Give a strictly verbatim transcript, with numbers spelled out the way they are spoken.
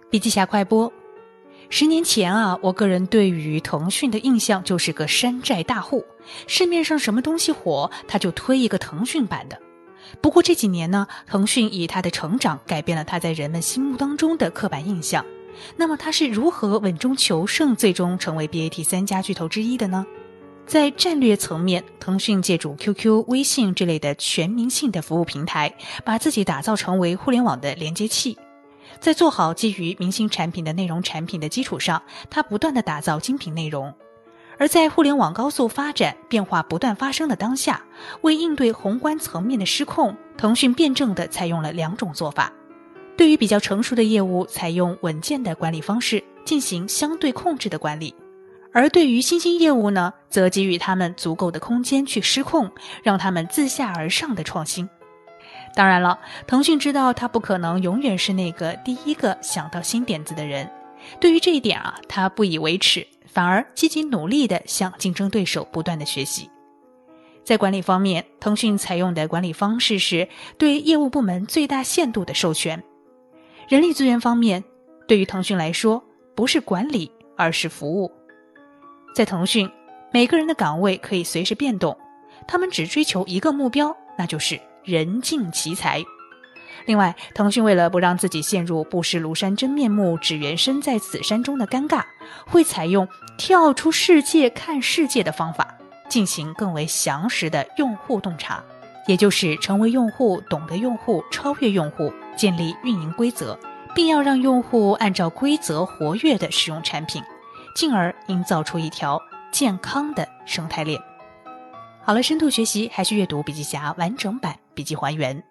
笔记侠快播。十年前啊，我个人对于腾讯的印象就是个山寨大户，市面上什么东西火，他就推一个腾讯版的。不过这几年呢，腾讯以它的成长改变了它在人们心目当中的刻板印象。那么它是如何稳中求胜，最终成为 B A T 三家巨头之一的呢？在战略层面，腾讯借助 Q Q、微信这类的全民性的服务平台，把自己打造成为互联网的连接器。在做好基于明星产品的内容产品的基础上，它不断地打造精品内容。而在互联网高速发展、变化不断发生的当下，为应对宏观层面的失控，腾讯辩证地采用了两种做法。对于比较成熟的业务，采用稳健的管理方式，进行相对控制的管理。而对于新兴业务呢，则给予他们足够的空间去失控，让他们自下而上的创新。当然了，腾讯知道它不可能永远是那个第一个想到新点子的人。对于这一点啊，它不以为耻，反而积极努力地向竞争对手不断地学习。在管理方面，腾讯采用的管理方式是对业务部门最大限度的授权。人力资源方面，对于腾讯来说，不是管理，而是服务。在腾讯，每个人的岗位可以随时变动，他们只追求一个目标，那就是人尽其才。另外，腾讯为了不让自己陷入不识庐山真面目，只缘身在此山中的尴尬，会采用跳出世界看世界的方法，进行更为详实的用户洞察，也就是成为用户、懂得用户、超越用户，建立运营规则，并要让用户按照规则活跃地使用产品，进而营造出一条健康的生态链。好了，深度学习还是阅读笔记侠完整版笔记还原。